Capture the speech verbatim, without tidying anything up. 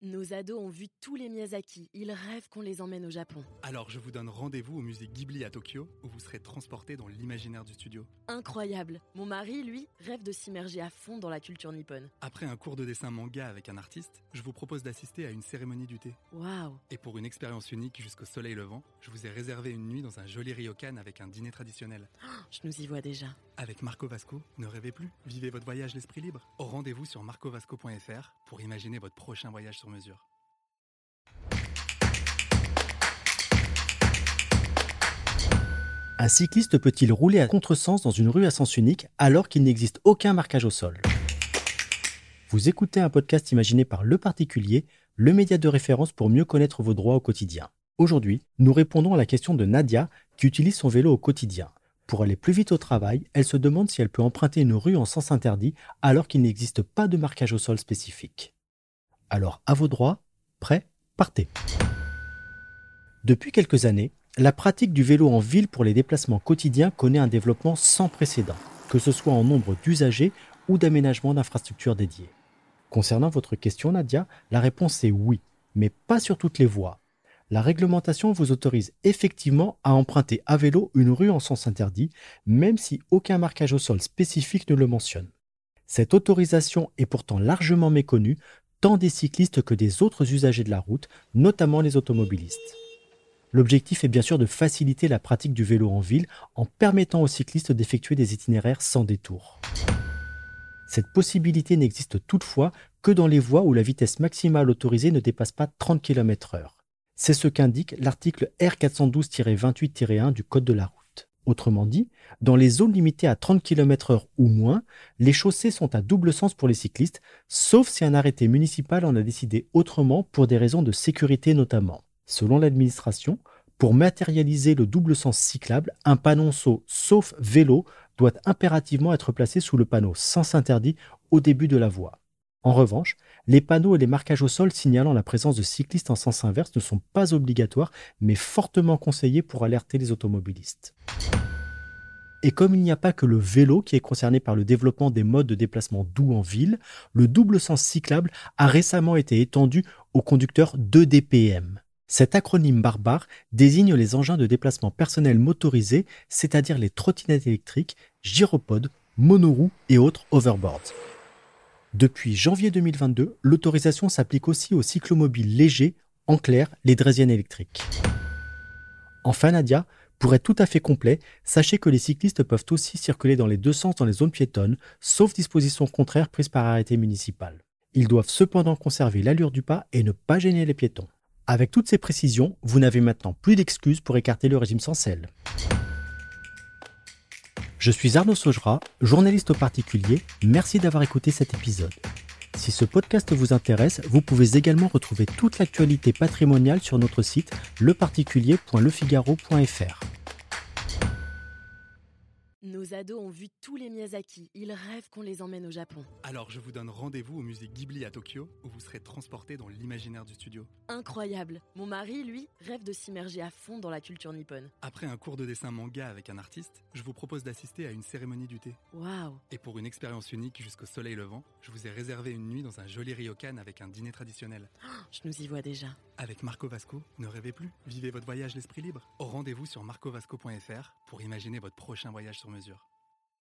Nos ados ont vu tous les Miyazaki. Ils rêvent qu'on les emmène au Japon. Alors je vous donne rendez-vous au musée Ghibli à Tokyo, où vous serez transportés dans l'imaginaire du studio. Incroyable. Mon mari, lui, rêve de s'immerger à fond dans la culture nippone. Après un cours de dessin manga avec un artiste, je vous propose d'assister à une cérémonie du thé. Waouh. Et pour une expérience unique jusqu'au soleil levant, je vous ai réservé une nuit dans un joli ryokan avec un dîner traditionnel. Oh, je nous y vois déjà. Avec Marco Vasco, ne rêvez plus, vivez votre voyage l'esprit libre. Au rendez-vous sur marco vasco point f r pour imaginer votre prochain voyage sur mesure. Un cycliste peut-il rouler à contresens dans une rue à sens unique alors qu'il n'existe aucun marquage au sol ? Vous écoutez un podcast imaginé par Le Particulier, le média de référence pour mieux connaître vos droits au quotidien. Aujourd'hui, nous répondons à la question de Nadia qui utilise son vélo au quotidien. Pour aller plus vite au travail, elle se demande si elle peut emprunter une rue en sens interdit alors qu'il n'existe pas de marquage au sol spécifique. Alors, à vos droits, prêts, partez. Depuis quelques années, la pratique du vélo en ville pour les déplacements quotidiens connaît un développement sans précédent, que ce soit en nombre d'usagers ou d'aménagements d'infrastructures dédiées. Concernant votre question, Nadia, la réponse est oui, mais pas sur toutes les voies. La réglementation vous autorise effectivement à emprunter à vélo une rue en sens interdit, même si aucun marquage au sol spécifique ne le mentionne. Cette autorisation est pourtant largement méconnue, tant des cyclistes que des autres usagers de la route, notamment les automobilistes. L'objectif est bien sûr de faciliter la pratique du vélo en ville en permettant aux cyclistes d'effectuer des itinéraires sans détour. Cette possibilité n'existe toutefois que dans les voies où la vitesse maximale autorisée ne dépasse pas trente kilomètres heure. C'est ce qu'indique l'article R quatre cent douze tiret vingt-huit tiret un du Code de la route. Autrement dit, dans les zones limitées à trente kilomètres heure ou moins, les chaussées sont à double sens pour les cyclistes, sauf si un arrêté municipal en a décidé autrement pour des raisons de sécurité notamment. Selon l'administration, pour matérialiser le double sens cyclable, un panonceau sauf vélo doit impérativement être placé sous le panneau sens interdit au début de la voie. En revanche, les panneaux et les marquages au sol signalant la présence de cyclistes en sens inverse ne sont pas obligatoires, mais fortement conseillés pour alerter les automobilistes. Et comme il n'y a pas que le vélo qui est concerné par le développement des modes de déplacement doux en ville, le double sens cyclable a récemment été étendu aux conducteurs deux D P M. Cet acronyme barbare désigne les engins de déplacement personnel motorisés, c'est-à-dire les trottinettes électriques, gyropodes, monoroues et autres overboards. Depuis janvier deux mille vingt-deux, l'autorisation s'applique aussi aux cyclomobiles légers, en clair, les draisiennes électriques. Enfin Nadia, pour être tout à fait complet, sachez que les cyclistes peuvent aussi circuler dans les deux sens dans les zones piétonnes, sauf dispositions contraires prises par arrêté municipal. Ils doivent cependant conserver l'allure du pas et ne pas gêner les piétons. Avec toutes ces précisions, vous n'avez maintenant plus d'excuses pour écarter le régime sans sel. Je suis Arnaud Saugera, journaliste au particulier. Merci d'avoir écouté cet épisode. Si ce podcast vous intéresse, vous pouvez également retrouver toute l'actualité patrimoniale sur notre site le particulier point le figaro point f r. Nos ados ont vu tous les Miyazaki. Ils rêvent qu'on les emmène au Japon. Alors je vous donne rendez-vous au musée Ghibli à Tokyo, où vous serez transportés dans l'imaginaire du studio. Incroyable. Mon mari, lui, rêve de s'immerger à fond dans la culture nippone. Après un cours de dessin manga avec un artiste, je vous propose d'assister à une cérémonie du thé. Waouh. Et pour une expérience unique jusqu'au soleil levant, je vous ai réservé une nuit dans un joli ryokan avec un dîner traditionnel. Oh, je nous y vois déjà. Avec Marco Vasco, ne rêvez plus, vivez votre voyage l'esprit libre. Au rendez-vous sur marco vasco point f r pour imaginer votre prochain voyage sur mesure.